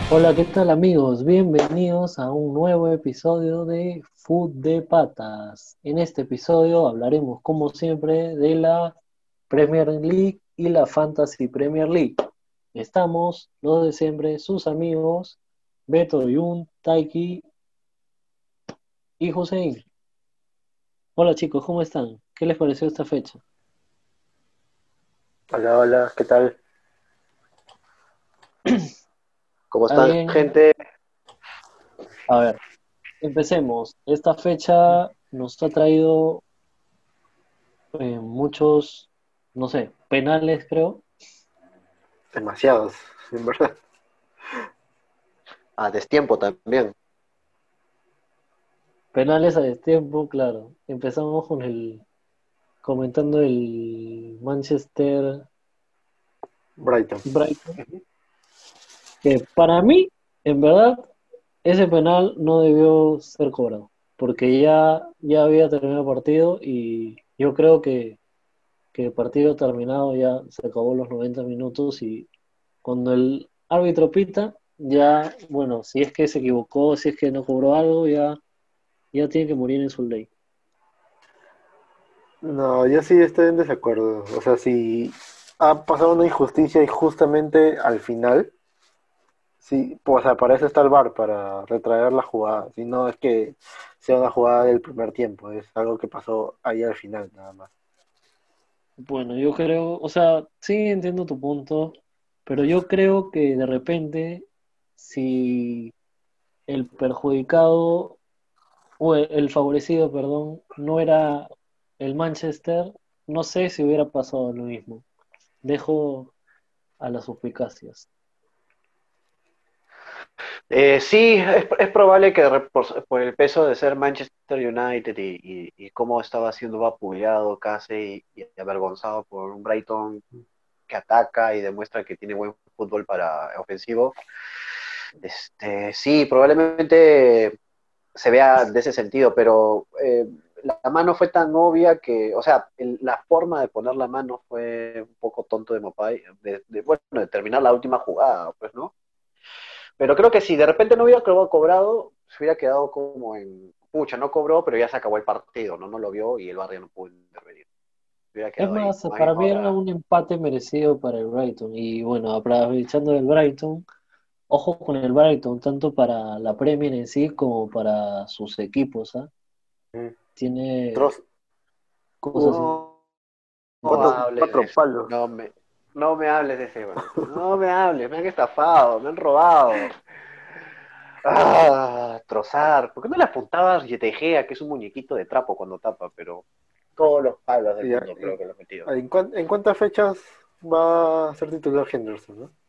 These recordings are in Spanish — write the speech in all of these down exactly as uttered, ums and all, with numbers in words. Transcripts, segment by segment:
Hola, ¿qué tal amigos? Bienvenidos a un nuevo episodio de Food de Patas. En este episodio hablaremos, como siempre, de la Premier League y la Fantasy Premier League. Estamos, los de siempre, sus amigos Beto, Yun, Taiki y Hussein. Hola chicos, ¿cómo están? ¿Qué les pareció esta fecha? Hola, hola, ¿qué tal? ¿Cómo ¿Está están, bien? gente? A ver, empecemos. Esta fecha nos ha traído eh, muchos, no sé, penales, creo. Demasiados, en verdad. A destiempo también. Penales a destiempo, claro. Empezamos con el comentando el Manchester Brighton. Brighton, que para mí, en verdad, ese penal no debió ser cobrado, porque ya, ya había terminado el partido y yo creo que, que el partido terminado ya se acabó los noventa minutos y cuando el árbitro pita, ya, bueno, si es que se equivocó, si es que no cobró algo, ya, ya tiene que morir en su ley. No, yo sí estoy en desacuerdo. O sea, si ha pasado una injusticia y justamente al final, sí, pues, o sea, para eso está el V A R, para retraer la jugada. Si no es que sea una jugada del primer tiempo, es algo que pasó ahí al final, nada más. Bueno, yo creo, o sea, sí entiendo tu punto, pero yo creo que de repente, si el perjudicado, o el, el favorecido, perdón, no era el Manchester, no sé si hubiera pasado lo mismo. Dejo a las suspicacias. Eh, sí, es, es probable que de por, por el peso de ser Manchester United y, y- y cómo estaba siendo vapuleado casi y, y avergonzado por un Brighton que ataca y demuestra que tiene buen fútbol para ofensivo. Este, sí, probablemente se vea de ese sentido, pero eh, la mano fue tan obvia que, o sea, el- la forma de poner la mano fue un poco tonto de Mopay, de, de, bueno, de terminar la última jugada, pues, ¿no? Pero creo que si de repente no hubiera cobrado, se hubiera quedado como en, pucha, no cobró, pero ya se acabó el partido, ¿no? No lo vio y el Barrio no pudo intervenir. Se hubiera Es quedado ahí. más, Más bien para mí era ahora, un empate merecido para el Brighton. Y bueno, aprovechando el Brighton, ojo con el Brighton, tanto para la Premier en sí como para sus equipos, ¿ah? mm, Tiene Tross, cosas. hubo in- no, no in- hables de Cuatro eso. palos. No me, no me hables de ese banco. No me hables. Me han estafado. Me han robado. Ah, trozar. ¿Por qué no le apuntabas y te Gea, que es un muñequito de trapo cuando tapa? Pero todos los palos del Y ya, mundo creo ¿en, que lo he metido. en cuán- en cuántas fechas va a ser titular Henderson, no?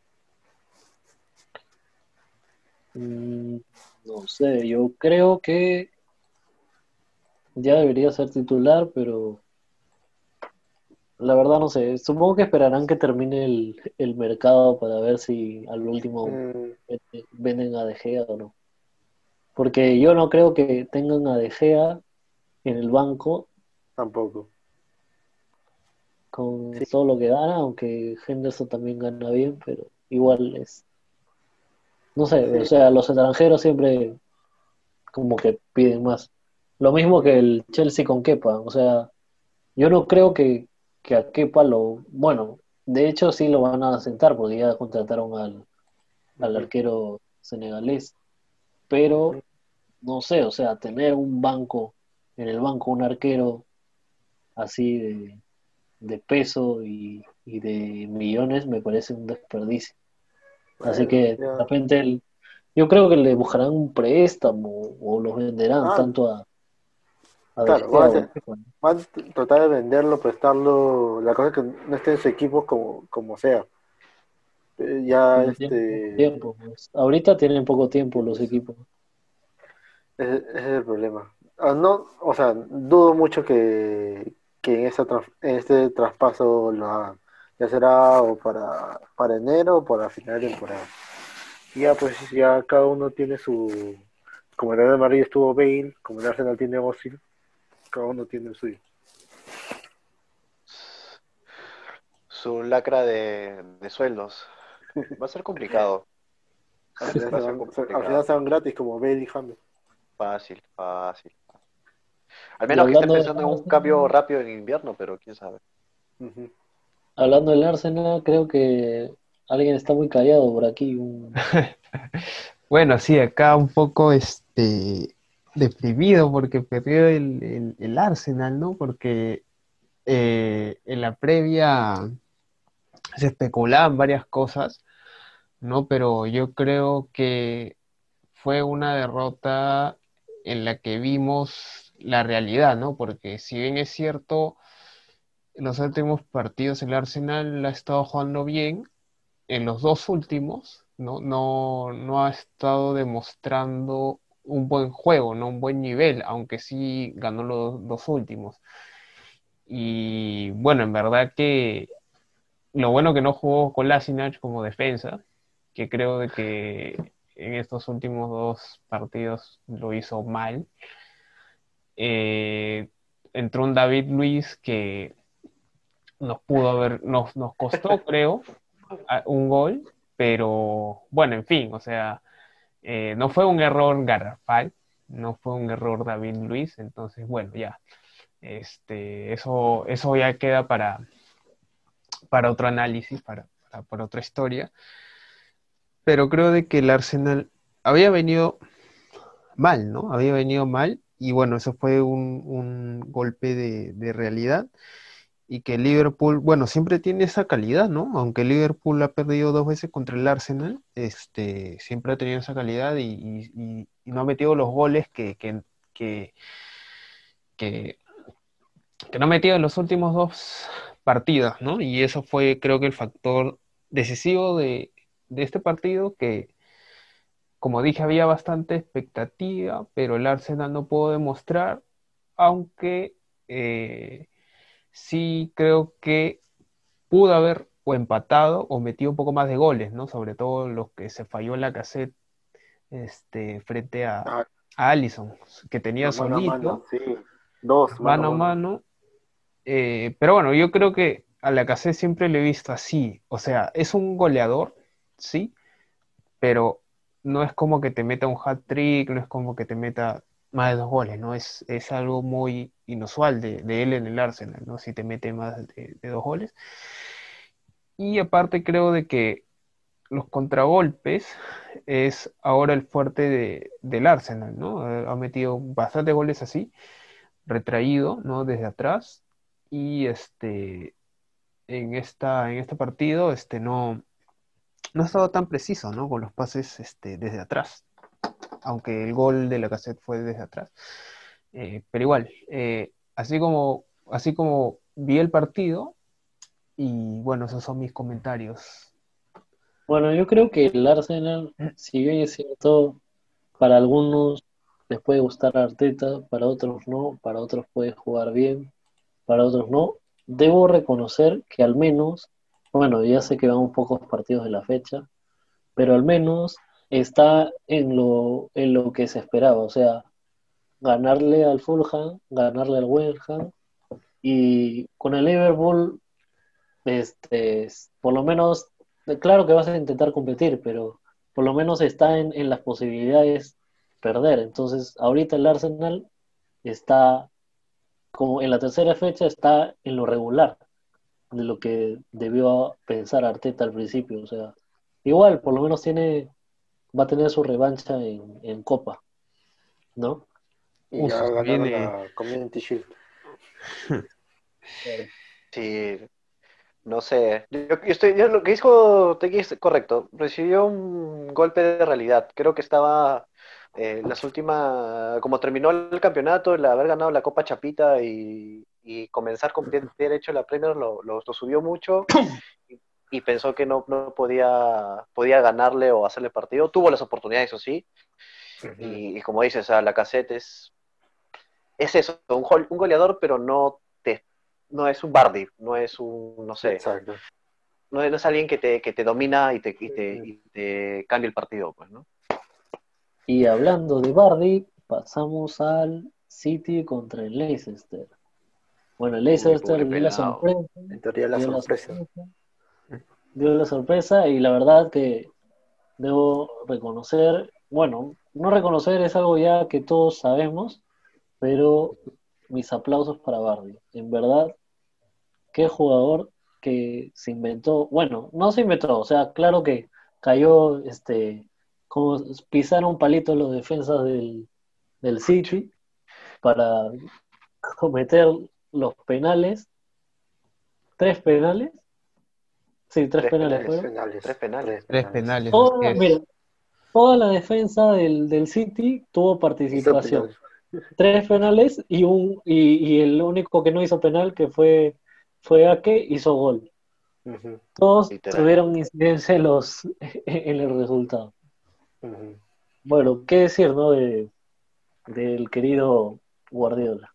mm, no sé, yo creo que ya debería ser titular, pero la verdad no sé. Supongo que esperarán que termine el, el mercado para ver si al último Mm, vende- venden a De Gea o no. Porque yo no creo que tengan a De Gea en el banco tampoco. con Sí, todo lo que gana, aunque Henderson también gana bien, pero igual es, no sé, o sí. sea, los extranjeros siempre como que piden más. Lo mismo que Mm, el Chelsea con Kepa, o sea, yo no creo que, que a Kepa lo, bueno, de hecho sí lo van a sentar porque ya contrataron al, al ujú, arquero senegalés, ujú. pero no sé, o sea, tener un banco, en el banco un arquero así de, de peso y, y de millones me parece un desperdicio. Así que Bueno, de ya. repente el- yo creo que le buscarán un préstamo o los venderán Ah, tanto a, a De claro, van Gea a, o a te- Kepa, ¿no? van a t- tratar de venderlo, prestarlo. La cosa es que no esté en su equipo como, como sea. Eh, ya, Y tienen poco este. tiempo, pues. Ahorita tienen poco tiempo los equipos. Ese, ese es el problema. Ah, no, o sea, dudo mucho que, que en, esa tras- en este traspaso lo hagan. Ya será o para, para enero o para final de temporada. Y ya pues ya cada uno tiene su... Como el Real Madrid estuvo Bale, como el Arsenal tiene Ozil, cada uno tiene el suyo. Su lacra de, de sueldos. Va a ser complicado. Al final, se Va a ser van, se- al complicado. final se van gratis como Bale y James. Fácil, fácil. Al Y menos que estén hablando del pensando en un cambio Arsenal, rápido en invierno, pero quién sabe. Ujú. hablando del Arsenal, creo que alguien está muy callado por aquí. un- Bueno, sí, acá un poco este deprimido porque perdió el, el- el Arsenal, ¿no? Porque eh, en la previa se especulaban varias cosas, ¿no? Pero yo creo que fue una derrota en la que vimos la realidad, ¿no? Porque si bien es cierto, en los últimos partidos el Arsenal ha estado jugando bien, en los dos últimos, ¿no? No, no ha estado demostrando un buen juego, ¿no? Un buen nivel, aunque sí ganó los dos últimos. Y bueno, en verdad que lo bueno que no jugó Kolasinac como defensa, que creo de que en estos últimos dos partidos lo hizo mal. Eh, entró un David Luiz que nos pudo haber, nos, nos costó, creo, a- un gol, pero bueno, en fin, o sea, eh, no fue un error garrafal, no fue un error David Luiz, entonces bueno, ya, este, eso, eso ya queda para, para otro análisis, para, para, para otra historia, pero creo de que el Arsenal había venido mal, ¿no? Había venido mal y bueno, eso fue un, un golpe de, de realidad y que Liverpool, bueno, siempre tiene esa calidad, ¿no? Aunque Liverpool ha perdido dos veces contra el Arsenal, este, siempre ha tenido esa calidad y, y- y- y no ha metido los goles que, que, que, que, que no ha metido en los últimos dos partidos, ¿no? Y eso fue, creo que, el factor decisivo de, de este partido, que, como dije, había bastante expectativa, pero el Arsenal no pudo demostrar, aunque eh, sí creo que pudo haber o empatado o metido un poco más de goles, ¿no? Sobre todo los que se falló en la cassette este, frente a, Ah, a Alisson, que tenía a mano a mano, solito, sí. Dos, mano mano a a mano. mano. Eh, pero bueno, yo creo que a la cassette siempre le he visto así. O sea, es un goleador, sí, pero no es como que te meta un hat-trick, no es como que te meta más de dos goles, ¿no? Es, es algo muy inusual de, de él en el Arsenal, ¿no? Si te mete más de, de dos goles. Y aparte creo de que los contragolpes es ahora el fuerte de, del Arsenal, ¿no? Eh, Ha metido bastantes goles así, retraído, ¿no? Desde atrás. Y este, en esta, en este partido, este, no, no ha estado tan preciso, ¿no? Con los pases este, desde atrás. Aunque el gol de la cassette fue desde atrás. Eh, pero igual, eh, así como, así como vi el partido, y bueno, esos son mis comentarios. Bueno, yo creo que el Arsenal, si bien es cierto, para algunos les puede gustar Arteta, para otros no, para otros puede jugar bien, para otros no. Debo reconocer que al menos, bueno, ya sé que van un pocos partidos de la fecha, pero al menos está en lo, en lo que se esperaba, o sea, ganarle al Fulham, ganarle al West Ham y con el Liverpool, este, por lo menos, claro que vas a intentar competir, pero por lo menos está en, en las posibilidades perder. Entonces, ahorita el Arsenal está como en la tercera fecha, está en lo regular de lo que debió pensar Arteta al principio. O sea, igual, por lo menos tiene, va a tener su revancha en, en Copa, ¿no? Y ya Justo se ganaron viene. la Community Shield. Sí, no sé. Yo, yo estoy, yo lo que dijo Tequi es correcto. Recibió un golpe de realidad. Creo que estaba eh, las últimas, como terminó el campeonato, el haber ganado la Copa Chapita y, y comenzar con pie derecho la Premier lo, lo, lo subió mucho y, y pensó que no, no podía, podía ganarle o hacerle partido. Tuvo las oportunidades, eso sí. Ujú. Y, y como dices, o sea, la Lacazette es, es eso, un, gol- un goleador, pero no te, no es un Bardi, no es un, no sé, Exacto. no es, no es alguien que te, que te domina y te, y te, y te cambia el partido, pues, ¿no? Y hablando de Bardi, pasamos al City contra el Leicester. Bueno, el Uy, Leicester pobre dio la pelado. sorpresa, En teoría la dio la sorpresa. sorpresa, dio la sorpresa y la verdad que debo reconocer, bueno, no reconocer es algo ya que todos sabemos, pero mis aplausos para Bardi. En verdad, qué jugador que se inventó, bueno, no se inventó, o sea, claro que cayó, este, como pisaron un palito los defensas del, del City para cometer los penales, tres penales, sí, tres Tres penales penales, fueron. Penales. tres penales. Tres Tres penales. penales, así Toda, es. mira, toda la defensa del, del City tuvo Hizo participación. penales. Tres penales y un y, y el único que no hizo penal, que fue, fue Ake, hizo gol. Ujú, Todos Literal. tuvieron incidencia en los en el resultado. ujú. Bueno, qué decir, ¿no? De, del querido Guardiola.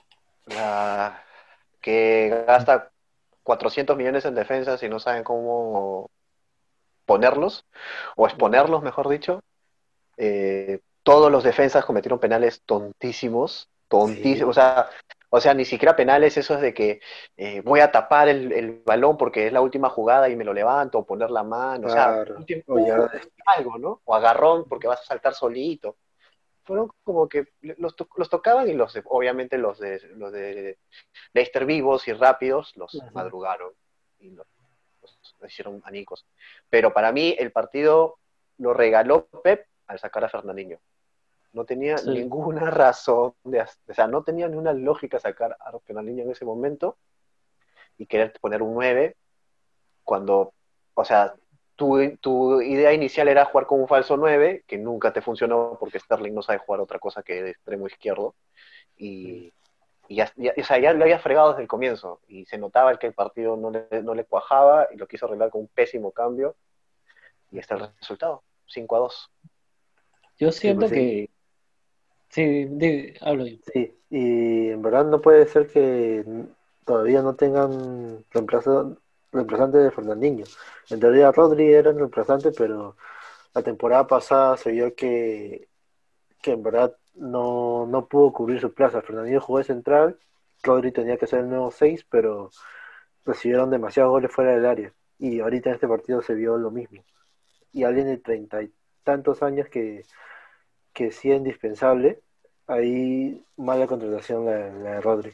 La- que gasta cuatrocientos millones en defensas y no saben cómo ponerlos, o exponerlos, mejor dicho. Eh, todos los defensas cometieron penales tontísimos, tontísimos, o Sí, sea, o sea, ni siquiera penales esos de que eh, voy a tapar el, el balón porque es la última jugada y me lo levanto, o poner la mano, o sea, claro. un tiempo, O ya, algo, ¿no? O agarrón porque vas a saltar solito. Fueron como que los, to- los tocaban y los de- obviamente los de los de Leicester vivos y rápidos los ujú. madrugaron y los, los hicieron anicos. Pero para mí el partido lo regaló Pep al sacar a Fernandinho. No tenía Sí, ninguna razón, de, o sea, no tenía ninguna lógica sacar a Fernandinho en ese momento y querer poner un nueve cuando, o sea, tu, tu idea inicial era jugar con un falso nueve que nunca te funcionó porque Sterling no sabe jugar otra cosa que de extremo izquierdo, y, y ya, ya, o sea, ya lo había fregado desde el comienzo y se notaba que el partido no le, no le cuajaba y lo quiso arreglar con un pésimo cambio y está el resultado, cinco a dos. yo Sí, pues siento sí. que sí, di- hablo yo. Sí, y en verdad no puede ser que n- todavía no tengan reemplazo, reemplazante de Fernandinho. En teoría Rodri era el reemplazante, pero la temporada pasada se vio que, que en verdad no, no pudo cubrir su plaza. Fernandinho jugó de central, Rodri tenía que ser el nuevo seis, pero recibieron demasiados goles fuera del área. Y ahorita en este partido se vio lo mismo. Y alguien de treinta y tantos años que, que sí es indispensable, ahí mala contratación la, la de Rodri.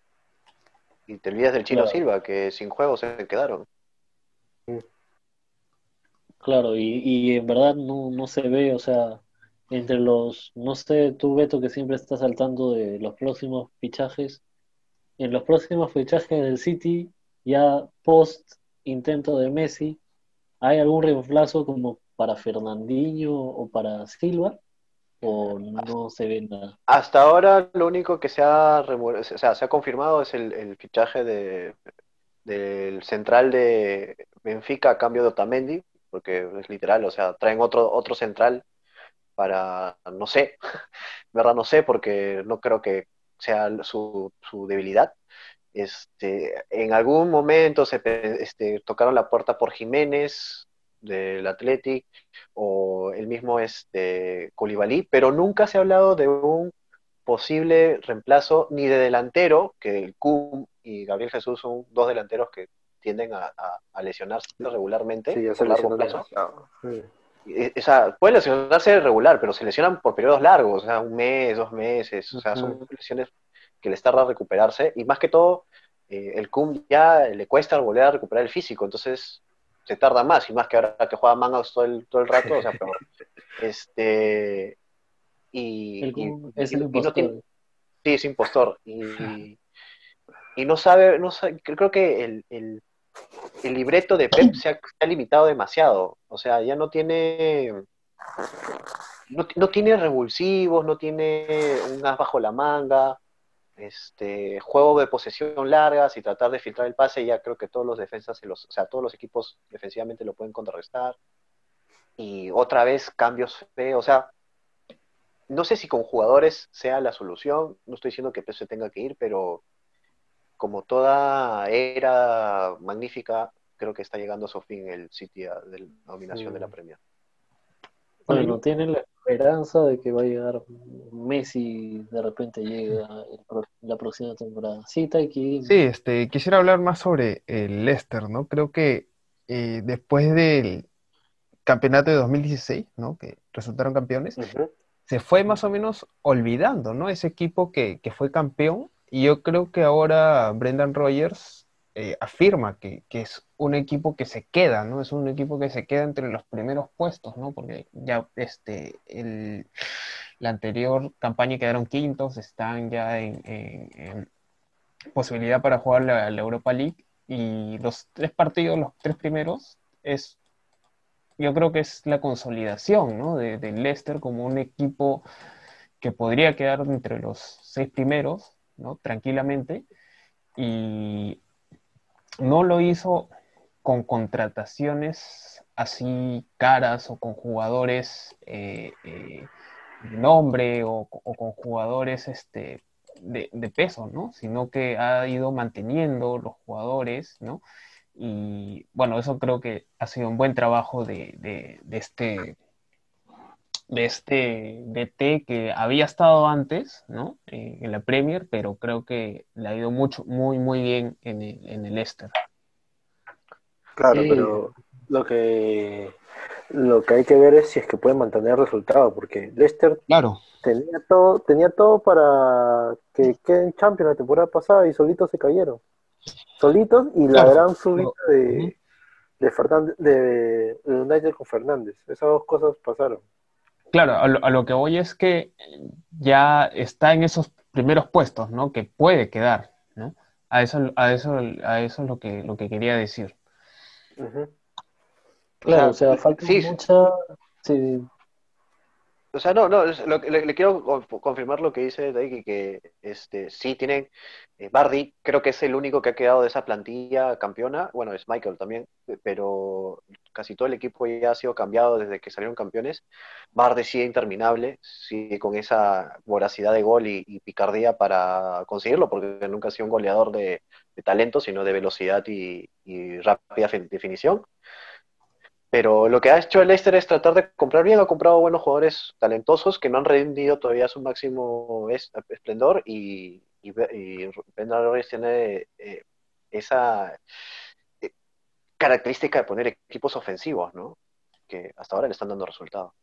Y te olvidas del Chino Claro, Silva, que sin juego se quedaron. Mm. claro, y, y en verdad no, no se ve, o sea, entre los, no sé, tú Beto que siempre estás saltando de los próximos fichajes, en los próximos fichajes del City, ya post intento de Messi, ¿hay algún reemplazo como para Fernandinho o para Silva? ¿O no se ve nada? Hasta ahora lo único que se ha, o sea, se ha confirmado es el, el fichaje de, del central de Benfica a cambio de Otamendi, porque es literal, o sea, traen otro, otro central para, no sé, verdad no sé, porque no creo que sea su, su debilidad. Este, en algún momento se este, tocaron la puerta por Jiménez del Athletic o el mismo este, Koulibaly, pero nunca se ha hablado de un posible reemplazo ni de delantero, que el Kun y Gabriel Jesús son dos delanteros que tienden a, a, a lesionarse regularmente Sí, ya se por largo lesionó plazo. demasiado. Mm. Y, o sea, pueden lesionarse regular, pero se lesionan por periodos largos, o sea, un mes, dos meses, o sea, Ujú. son lesiones que les tarda recuperarse, y más que todo, eh, el C U M ya le cuesta volver a recuperar el físico, entonces se tarda más, y más que ahora que juega mangas todo el, todo el rato, o sea, peor. Este, El, y, y, es el y, y no tiene, impostor. sí, es impostor, y, y no sabe, no sabe, creo que el, el, el libreto de Pep se ha, se ha limitado demasiado, o sea, ya no tiene no, no tiene revulsivos, no tiene un as bajo la manga, este, juego de posesión largas y tratar de filtrar el pase, ya creo que todos los defensas, se los, o sea, todos los equipos defensivamente lo pueden contrarrestar. Y otra vez cambios feos, o sea, no sé si con jugadores sea la solución, no estoy diciendo que P S G tenga que ir, pero como toda era magnífica, creo que está llegando a su fin el City a- de la dominación de la Mm. Premier. Bueno, Bueno, y- tienen la esperanza de que va a llegar Messi, de repente llega el pro- la próxima temporada. Sí, Taiki, Sí, dime. este, quisiera hablar más sobre el Leicester, ¿no? Creo que eh, después del campeonato de dos mil dieciséis, ¿no? Que resultaron campeones, Ujú. se fue más o menos olvidando, ¿no? Ese equipo que, que fue campeón, y yo creo que ahora Brendan Rodgers eh, afirma que, que es un equipo que se queda, ¿no? Es un equipo que se queda entre los primeros puestos, ¿no? Porque ya este, el, la anterior campaña quedaron quintos, están ya en, en- en posibilidad para jugar la, la Europa League, y los tres partidos, los tres primeros, es yo creo que es la consolidación, ¿no? de, de Leicester como un equipo que podría quedar entre los seis primeros, ¿no? Tranquilamente, y no lo hizo con contrataciones así caras o con jugadores eh, eh, de nombre o, o con jugadores este, de, de peso, ¿no? Sino que ha ido manteniendo los jugadores, ¿no? Y bueno, eso creo que ha sido un buen trabajo de, de, de este de este D T que había estado antes, ¿no? Eh, en la Premier, pero creo que le ha ido mucho, muy, muy bien en el, en el Leicester. Claro, Sí, pero lo que lo que hay que ver es si es que pueden mantener el resultado, porque Leicester Claro, tenía todo, tenía todo para que queden Champions la temporada pasada y solitos se cayeron. Solitos y la claro. gran subida Pero, ujú. de, de, Fernández, de, de United con Fernández. Esas dos cosas pasaron. Claro, a lo, a lo que voy es que ya está en esos primeros puestos, ¿no? Que puede quedar, ¿no? A eso, a eso, a eso es lo que, lo que quería decir. Ujú. O claro, o sea, sea, falta sí, mucha, sí, o sea, no, no, es lo que- le, le quiero conf- confirmar lo que dice Daiki, que este, sí tienen, eh, Bardi creo que es el único que ha quedado de esa plantilla campeona, bueno, es Michael también, eh, pero casi todo el equipo ya ha sido cambiado desde que salieron campeones. Bardi sigue interminable, sigue con esa voracidad de gol y, y picardía para conseguirlo, porque nunca ha sido un goleador de, de talento, sino de velocidad y, y rápida fin- definición. Pero lo que ha hecho el Leicester es tratar de comprar bien, ha comprado buenos jugadores talentosos que no han rendido todavía su máximo es- esplendor, y, y, y Brendan Rodgers tiene eh, esa eh, característica de poner equipos ofensivos, ¿no? Que hasta ahora le están dando resultados.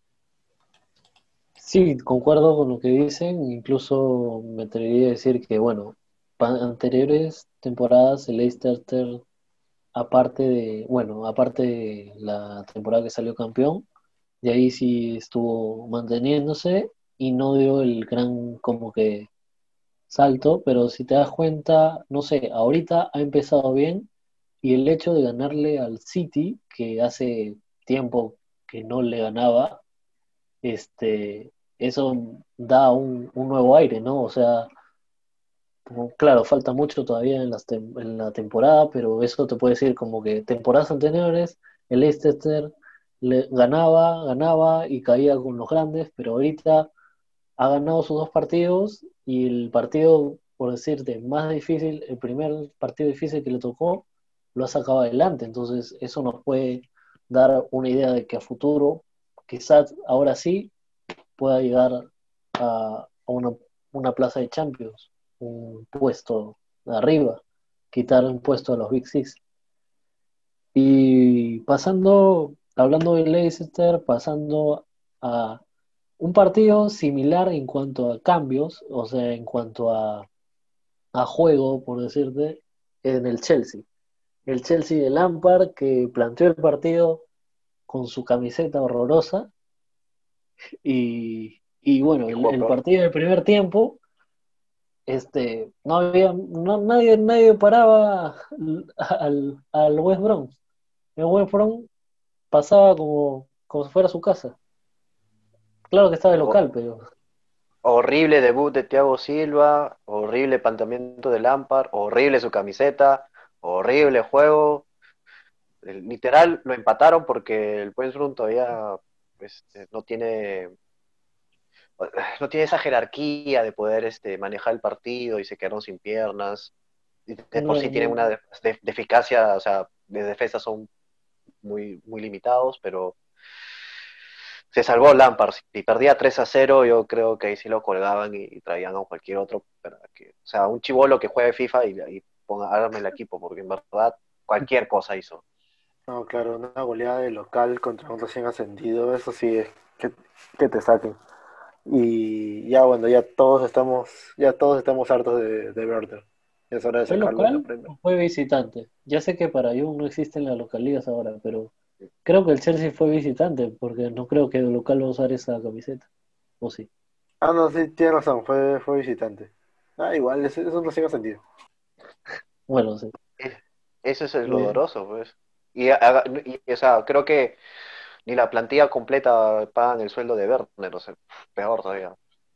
sí, concuerdo con lo que dicen, incluso me atrevería a decir que, bueno, pa- anteriores temporadas el Leicester, aparte de, bueno, aparte de la temporada que salió campeón, de ahí sí estuvo manteniéndose y no dio el gran como que salto, pero si te das cuenta, no sé, ahorita ha empezado bien y el hecho de ganarle al City, que hace tiempo que no le ganaba, este, eso da un, un nuevo aire, ¿no? O sea, como, claro, falta mucho todavía en, las tem- en la temporada, pero eso te puede decir como que temporadas anteriores el Leicester le ganaba, ganaba y caía con los grandes, pero ahorita ha ganado sus dos partidos y el partido, por decirte, más difícil, el primer partido difícil que le tocó, lo ha sacado adelante. Entonces, eso nos puede dar una idea de que a futuro, quizás ahora sí, pueda llegar a, a una, una plaza de Champions, un puesto de arriba, quitar un puesto a los Big Six. Y pasando, hablando de Leicester, pasando a un partido similar en cuanto a cambios, o sea, en cuanto a, a juego, por decirte, en el Chelsea. El Chelsea de Lampard que planteó el partido con su camiseta horrorosa y, y bueno, Y el, jugó el peor. partido del primer tiempo, este, no había, no, nadie, nadie paraba al, al West Brom. El West Brom pasaba como, como si fuera su casa. Claro que estaba de Ho- local, pero Horrible debut de Thiago Silva, horrible planteamiento de Lampard, horrible su camiseta, horrible juego. El- literal lo empataron porque el West Brom todavía pues, eh, no tiene no tiene esa jerarquía de poder este, manejar el partido y se quedaron sin piernas. Y de por no, sí tienen no, una de, de- de eficacia, o sea, de defensa son muy, muy limitados, pero se salvó Lampard. Si perdía tres a cero, yo creo que ahí sí lo colgaban y, y traían a cualquier otro, para que, o sea, un chivolo que juegue FIFA y, y ponga, arme el equipo, porque en verdad cualquier cosa hizo. No, claro, una goleada de local contra un recién ascendido, eso sí es que, que te saquen. Y ya bueno, ya todos estamos, ya todos estamos hartos de, de verlo. Es hora de ¿Fue sacarlo de la local Premier. o fue visitante? Ya sé que para Jun no existen las localías ahora, pero creo que el Chelsea fue visitante, porque no creo que el local va a usar esa camiseta. ¿O sí? Ah, no, sí, tienes razón, fue, fue visitante. Ah, igual, es, es un recién ascendido. Bueno, sí. Es- Eso es lo Eh, doloroso, pues. Y, haga- y, o sea, creo que ni la plantilla completa pagan el sueldo de Werner, o sea, peor todavía.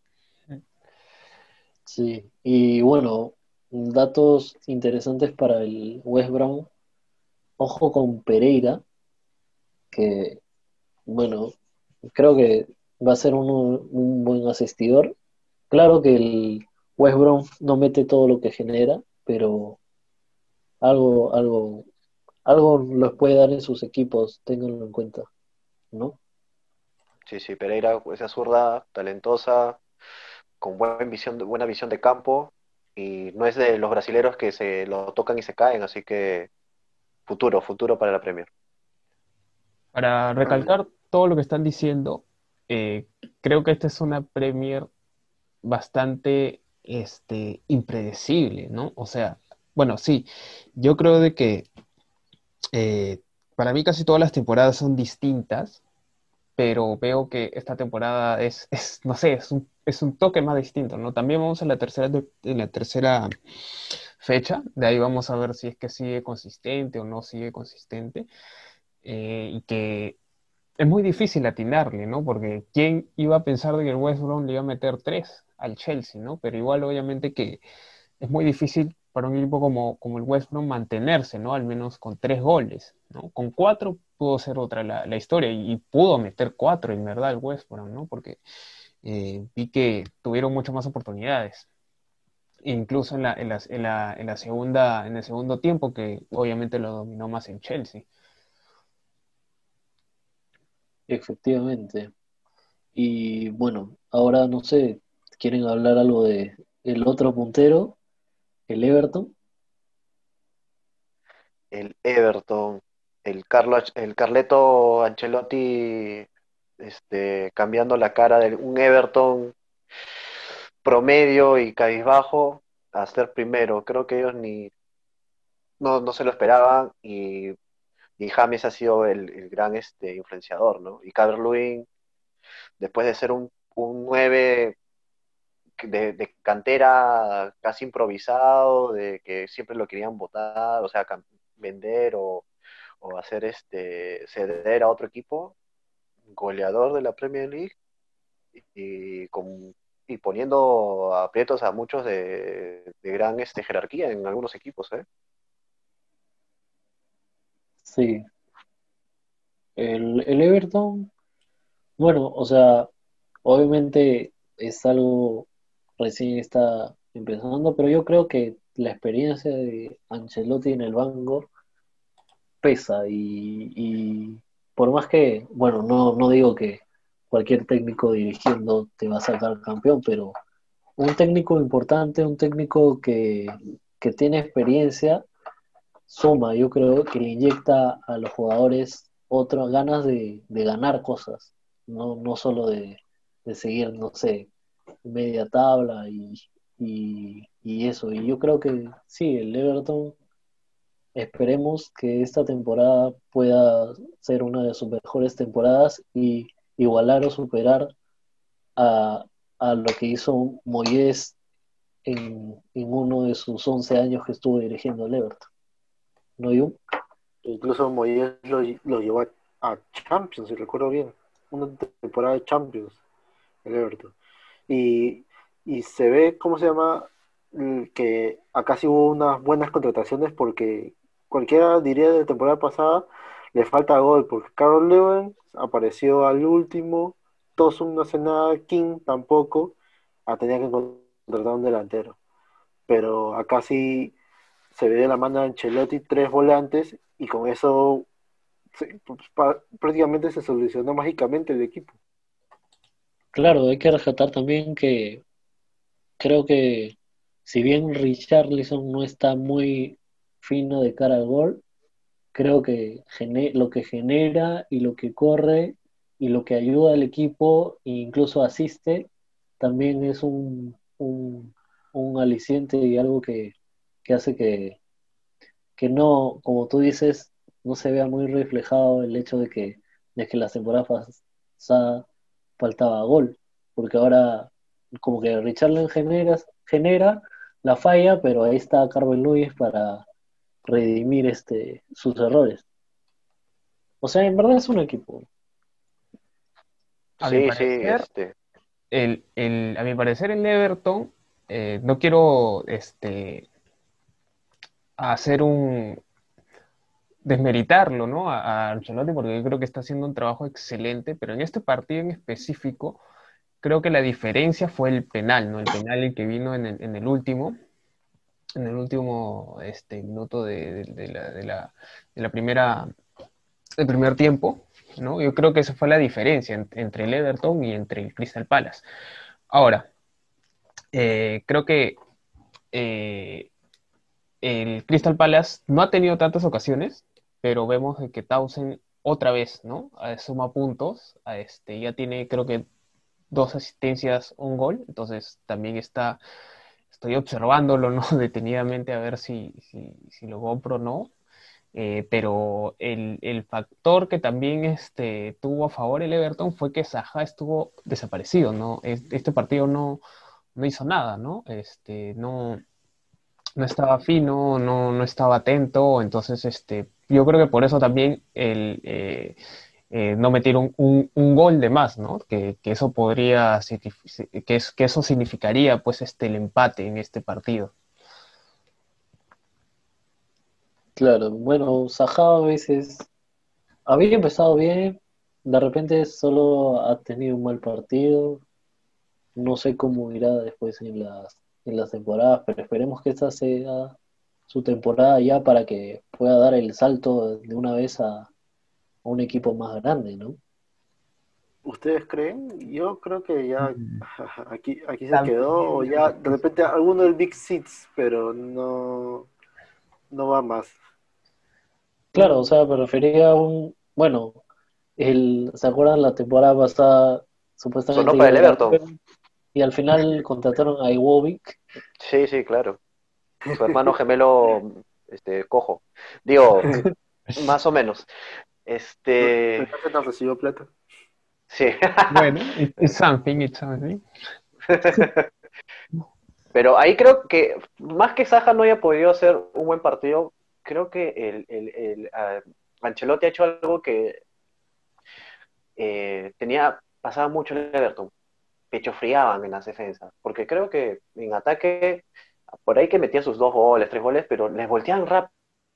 sí. Y bueno, datos interesantes para el West Brom. Ojo con Pereira, que bueno, creo que va a ser un, un buen asistidor. Claro que el West Brom no mete todo lo que genera, pero algo, algo, algo los puede dar en sus equipos, ténganlo en cuenta, ¿no? Sí, sí, Pereira, esa zurda, talentosa, con buen visión, buena visión de campo, y no es de los brasileros que se lo tocan y se caen, así que futuro, futuro para la Premier. Para Vale. recalcar todo lo que están diciendo, eh, creo que esta es una Premier bastante este, impredecible, ¿no? O sea, bueno, sí, yo creo de que eh, para mí casi todas las temporadas son distintas, pero veo que esta temporada es, es, no sé, es un, es un toque más distinto, ¿no? También vamos a la tercera, de- en la tercera fecha, de ahí vamos a ver si es que sigue consistente o no sigue consistente, eh, y que es muy difícil atinarle, ¿no? Porque ¿quién iba a pensar de que el West Brom le iba a meter tres al Chelsea, ¿no? Pero igual obviamente que es muy difícil para un equipo como, como el West Brom mantenerse, ¿no? Al menos con tres goles, ¿no? Con cuatro pudo ser otra la, la historia y, y pudo meter cuatro en verdad el West Brom, ¿no? Porque eh, vi que tuvieron muchas más oportunidades. Incluso en la, en, la, en, la, en la segunda, en el segundo tiempo, que obviamente lo dominó más en Chelsea. Efectivamente. Y bueno, ahora no sé, ¿quieren hablar algo de el otro puntero, el Everton? El Everton, el Carlo, el Carleto Ancelotti, este, cambiando la cara de un Everton promedio y cabizbajo a ser primero. Creo que ellos ni no, no se lo esperaban y, y James ha sido el, el gran este, influenciador, ¿no? Y Calvert-Lewin, después de ser un, un nueve de, de cantera casi improvisado, de que siempre lo querían votar, o sea, vender o, o hacer este ceder a otro equipo, goleador de la Premier League y, con, y poniendo aprietos a muchos de, de gran este, jerarquía en algunos equipos, ¿eh? Sí, el, el Everton, bueno, o sea, obviamente es algo recién está empezando, pero yo creo que la experiencia de Ancelotti en el Bangor pesa y, y por más que, bueno, no, no digo que cualquier técnico dirigiendo te va a sacar campeón, pero un técnico importante, un técnico que, que tiene experiencia, suma, yo creo que le inyecta a los jugadores otras ganas de, de ganar cosas, no, no solo de, de seguir, no sé, media tabla y, y, y eso. Y yo creo que sí, el Everton, esperemos que esta temporada pueda ser una de sus mejores temporadas y igualar o superar a, a lo que hizo Moyes en, en uno de sus once años que estuvo dirigiendo el Everton. ¿No, Jun? Incluso Moyes lo, lo llevó a, a Champions, si recuerdo bien. Una temporada de Champions, el Everton. Y, y se ve, ¿cómo se llama? Mm, Que acá sí hubo unas buenas contrataciones porque cualquiera diría de la temporada pasada le falta gol porque Carol Lewin apareció al último, Tosun no hace nada, King tampoco, ah, tenía que contratar un delantero. Pero acá sí se ve de la mano de Ancelotti tres volantes y con eso se- pues, pa- prácticamente se solucionó mágicamente el equipo. Claro, hay que rescatar también que creo que si bien Richarlison no está muy fino de cara al gol, creo que gene- lo que genera y lo que corre y lo que ayuda al equipo e incluso asiste, también es un, un, un aliciente y algo que, que hace que, que no, como tú dices, no se vea muy reflejado el hecho de que, de que la temporada pasada faltaba gol, porque ahora como que Richarlison genera, genera la falla, pero ahí está Carmen Luis para redimir este, sus errores. O sea, en verdad es un equipo. A mi Sí, sí, parecer, este, el, el, a mi parecer el Everton, eh, no quiero este, hacer un desmeritarlo, ¿no? A, a Ancelotti, porque yo creo que está haciendo un trabajo excelente, pero en este partido en específico, creo que la diferencia fue el penal, ¿no? El penal el que vino en el, en el último, en el último este, minuto de, de- de la, de la- de la primera, del primer tiempo, ¿no? Yo creo que esa fue la diferencia en- entre el Everton y entre el Crystal Palace. Ahora, eh, creo que eh, el Crystal Palace no ha tenido tantas ocasiones, pero vemos de que Townsend otra vez, ¿no? Eh, suma puntos, a este, ya tiene creo que dos asistencias, un gol, entonces también está, estoy observándolo, ¿no? Detenidamente a ver si, si, si lo compro o no. Eh, pero el, el factor que también este, tuvo a favor el Everton fue que Zaha estuvo desaparecido, ¿no? Este partido no, no hizo nada, ¿no? Este, no, no estaba fino, no, no estaba atento, entonces este, yo creo que por eso también el, eh, eh, no metieron un, un gol de más, ¿no? Que, que eso podría, que, es, que eso significaría pues este, el empate en este partido. Claro, bueno, Sajá a veces había empezado bien, de repente solo ha tenido un mal partido, no sé cómo irá después en las, en las temporadas, pero esperemos que esta sea su temporada ya para que pueda dar el salto de una vez a, a un equipo más grande, ¿no? ¿Ustedes creen? Yo creo que ya Mm. aquí, aquí se quedó, o También, ya de repente alguno del Big Six, pero no, no va más. Claro, o sea, me refería a un, bueno, el, ¿se acuerdan la temporada pasada? sonó Supuestamente para iba a el ir a Everton. Everton, y al final contrataron a Iwovic. Sí, sí, claro. Su hermano gemelo, este, cojo. Digo, más o menos. Este, ¿Acaso no recibió plata? sí. bueno, it- it's something, it's something. Pero ahí creo que, más que Saja no haya podido hacer un buen partido, creo que el, el, el, uh, Ancelotti ha hecho algo que eh, tenía, pasaba mucho en el Everton, pecho friaban en las defensas, porque creo que en ataque, por ahí que metía sus dos goles, tres goles, pero les volteaban rápido.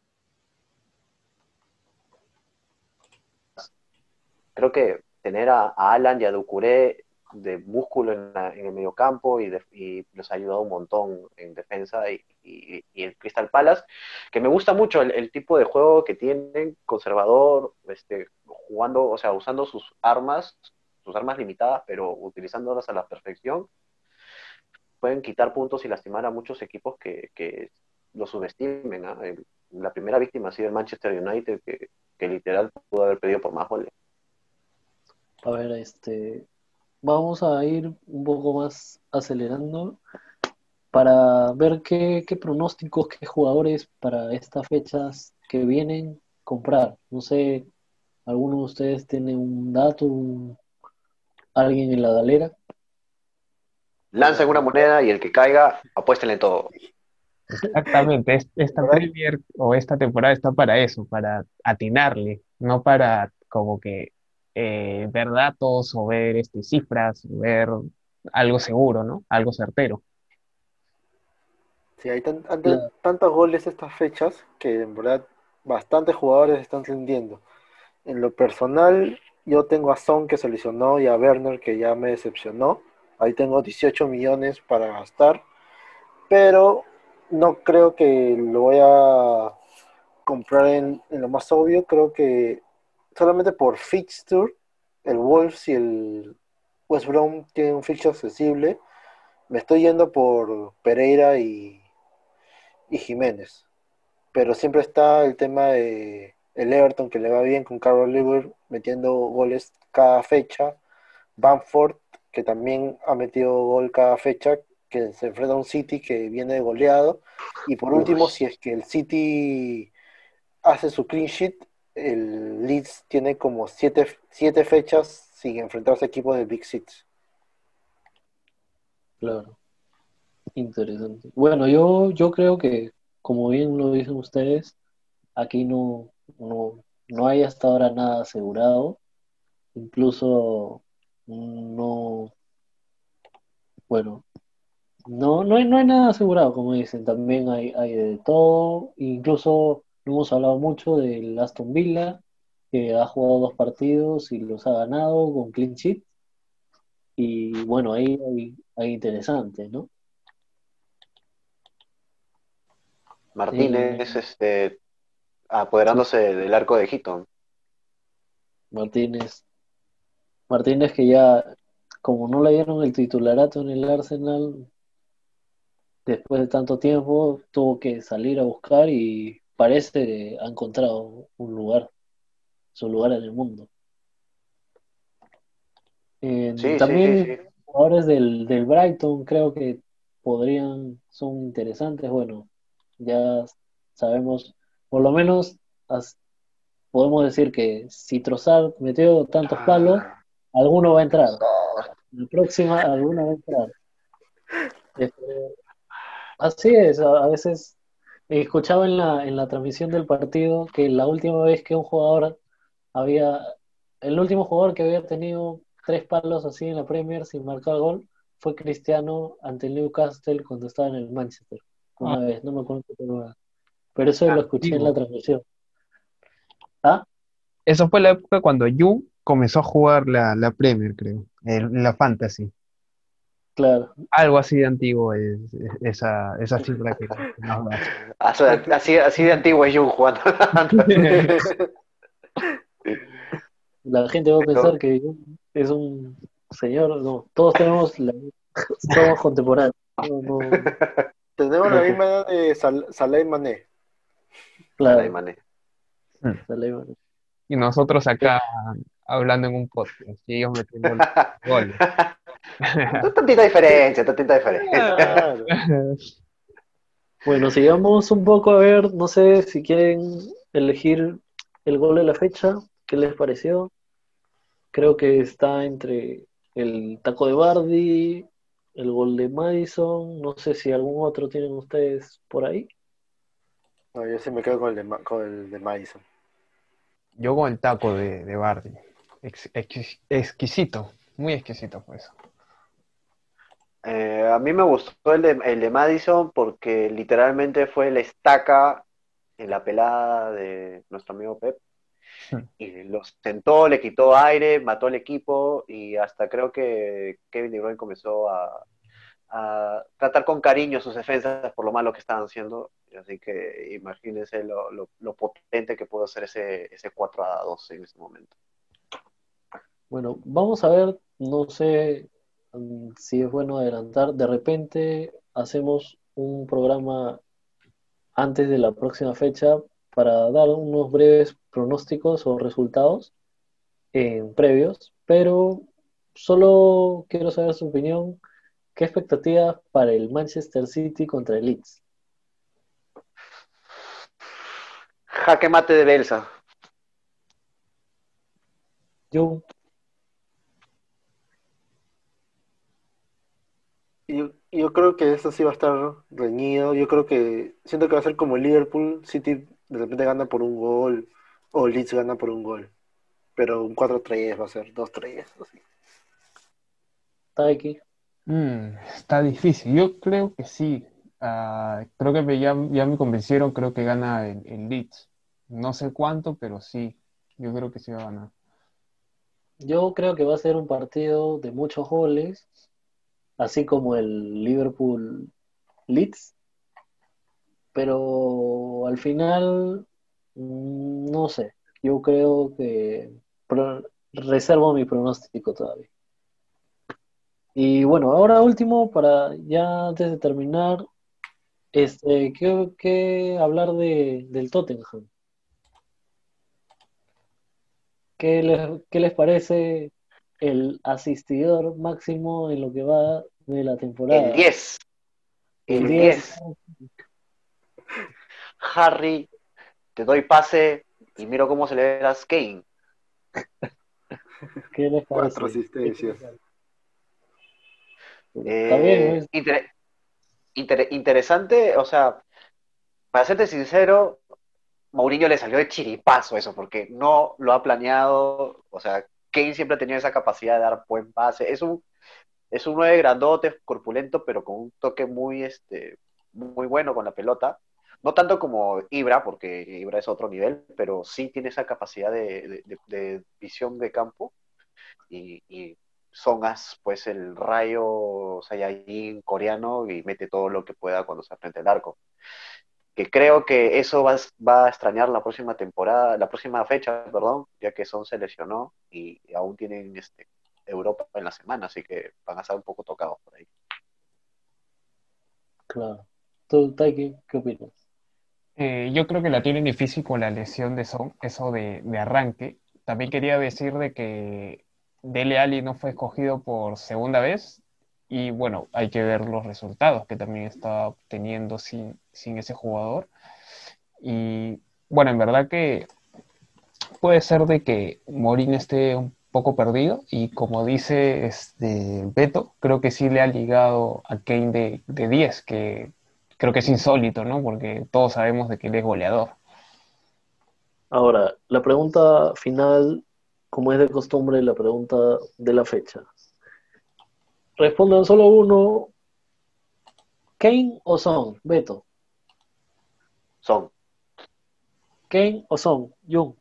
Creo que tener a, a Alan y a Doucouré de músculo en, la, en el mediocampo y, de, y los ha ayudado un montón en defensa y, y, y el Crystal Palace, que me gusta mucho el, el, tipo de juego que tienen, conservador, este, jugando, o sea, usando sus armas, sus armas limitadas, pero utilizándolas a la perfección, pueden quitar puntos y lastimar a muchos equipos que, que lo subestimen. ¿eh? El, la primera víctima ha sido el Manchester United, que, que literal pudo haber pedido por más goles. A ver, este, vamos a ir un poco más acelerando para ver qué, qué pronósticos, qué jugadores para estas fechas que vienen comprar. No sé, ¿alguno de ustedes tiene un dato, un- alguien en la galera? Lancen una moneda y el que caiga, apuéstenle todo. Exactamente, es- esta ¿Verdad? Premier o esta temporada está para eso, para atinarle, no para como que eh, ver datos o ver este, cifras, ver algo seguro, ¿no? Algo certero. Sí, hay tan- tan- Claro, tantos goles estas fechas que en verdad bastantes jugadores están rindiendo. En lo personal, yo tengo a Son que se lesionó y a Werner que ya me decepcionó. Ahí tengo dieciocho millones para gastar, pero no creo que lo voy a comprar en, en lo más obvio. Creo que solamente por fixture, el Wolves y el West Brom tienen un fixture accesible. Me estoy yendo por Pereira y, y Jiménez, pero siempre está el tema de, el Everton que le va bien con Carroll Liver metiendo goles cada fecha, Bamford que también ha metido gol cada fecha, que se enfrenta a un City que viene goleado, y por Uy, último, si es que el City hace su clean sheet, el Leeds tiene como siete, siete fechas sin enfrentarse a equipos de Big Six. Claro, interesante. Bueno, yo, yo creo que, como bien lo dicen ustedes, aquí no, no, no hay hasta ahora nada asegurado. Incluso no, bueno, no, no hay, no hay nada asegurado, como dicen. También hay, hay de todo. Incluso no hemos hablado mucho del Aston Villa, que ha jugado dos partidos y los ha ganado con clean sheet. Y bueno, ahí hay, hay interesante, ¿no? Eh, Martínez, este, sí, apoderándose del arco de Hitton. Martínez. Martínez que ya, como no le dieron el titularato en el Arsenal, después de tanto tiempo, tuvo que salir a buscar y parece que ha encontrado un lugar, su lugar en el mundo. Eh, Sí, sí, sí, sí. también jugadores del, del Brighton creo que podrían, son interesantes. Bueno, ya sabemos, por lo menos as- podemos decir que si Trossard metió tantos palos, Ah, alguno va a entrar. Trossard. La próxima, alguno va a entrar. Este, así es, a, a veces he escuchado en la, en la transmisión del partido que la última vez que un jugador había, el último jugador que había tenido tres palos así en la Premier sin marcar gol fue Cristiano ante el Newcastle cuando estaba en el Manchester. Ah, Una vez, no me acuerdo qué temporada. Pero eso lo escuché en la antiguo. transmisión. ¿Ah? Eso fue la época cuando Yu comenzó a jugar la, la Premier, creo, el- la Fantasy. Claro. Algo así de antiguo es, es- esa, esa cifra que, que nos das. Así, así, así de antiguo es Jun jugando. La gente va a pensar Pero, que es un señor, no, todos tenemos la, somos contemporáneos. No, no, Tenemos la no, misma edad de Sal Salah y Mané. Salah y claro, Mané. sale, bueno. Y nosotros acá hablando en un podcast y ellos metiendo los goles. Tantita diferencia, tantita diferencia. Claro. Bueno, sigamos un poco a ver, no sé si quieren elegir el gol de la fecha, ¿qué les pareció? Creo que está entre el taco de Bardi, el gol de Madison, no sé si algún otro tienen ustedes por ahí. No, yo sí me quedo con el de, Ma- con el de Madison. Yo con el taco de, de Bardi. Ex- ex- exquisito, muy exquisito fue eso. Eh, a mí me gustó el de, el de Madison porque literalmente fue la estaca en la pelada de nuestro amigo Pep y lo sentó, le quitó aire, mató al equipo y hasta creo que Kevin De Bruyne comenzó a, a tratar con cariño a sus defensas por lo malo que estaban haciendo. Así que imagínense lo, lo, lo potente que pudo ser ese, ese cuatro a dos en ese momento. Bueno, vamos a ver, no sé mm, si es bueno adelantar, de repente hacemos un programa antes de la próxima fecha para dar unos breves pronósticos o resultados en previos, pero solo quiero saber su opinión. ¿Qué expectativas para el Manchester City contra el Leeds? Jaque mate de Belsa. Yo, Yo, yo creo que eso sí va a estar reñido. Yo creo que siento que va a ser como Liverpool. City de repente gana por un gol o Leeds gana por un gol. Pero un cuatro tres va a ser, dos tres así. Taiki, Mm, está difícil. Yo creo que sí. Ah, creo que me- ya, ya me convencieron, creo que gana el, el Leeds. No sé cuánto, pero sí. Yo creo que sí va a ganar. yo creo que va a ser un partido de muchos goles, así como el Liverpool Leeds, pero al final, mm, no sé, yo creo que pro- reservo mi pronóstico todavía. Y bueno, ahora último, para ya antes de terminar, este, ¿qué, qué hablar de, del Tottenham? ¿Qué les, qué les parece el asistidor máximo en lo que va de la El temporada? diez. El El diez. diez. Harry, te doy pase y miro cómo celebras Kane. ¿Qué les Cuatro parece? asistencias. Está bien, ¿no? Eh, inter- inter- interesante, o sea, para serte sincero, Mourinho le salió de chiripazo eso, porque no lo ha planeado. O sea, Kane siempre ha tenido esa capacidad de dar buen pase. Es un, es un nueve grandote, corpulento, pero con un toque muy, este, muy bueno con la pelota. No tanto como Ibra, porque Ibra es otro nivel, pero sí tiene esa capacidad de, de- de- de visión de campo. Y, y Songas, pues el rayo Saiyajin coreano y mete todo lo que pueda cuando se enfrenta el arco. Que creo que eso va, va a extrañar la próxima temporada, la próxima fecha, perdón, ya que Son se lesionó y aún tienen este, Europa en la semana, así que van a estar un poco tocados por ahí. Claro. ¿Tú, Taiki, qué opinas? Eh, yo creo que la tienen difícil con la lesión de Son, eso de, de arranque. También quería decir de que Dele Alli no fue escogido por segunda vez y bueno, hay que ver los resultados que también está obteniendo sin, sin ese jugador. Y bueno, en verdad que puede ser de que Morín esté un poco perdido y como dice este Beto, creo que sí le ha ligado a Kane de, de diez, que creo que es insólito, ¿no? Porque todos sabemos de que él es goleador. Ahora, la pregunta final, como es de costumbre, la pregunta de la fecha. Respondan solo uno, ¿Kane o Son? Beto. Son. ¿Kane o Son? Jun.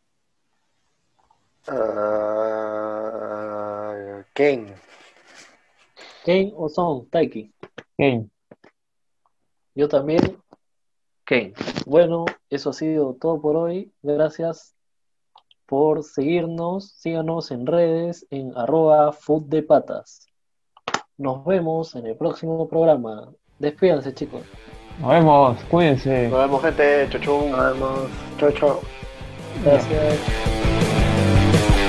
Ah, Kane. ¿Kane o Son? Taiki. Kane. Yo también, Kane. Bueno, eso ha sido todo por hoy. Gracias por seguirnos. Síganos en redes en arroba fooddepatas. Nos vemos en el próximo programa. Despídanse, chicos. Nos vemos, cuídense. Nos vemos, gente. Chuchun. Nos vemos. Chao, chao. Gracias.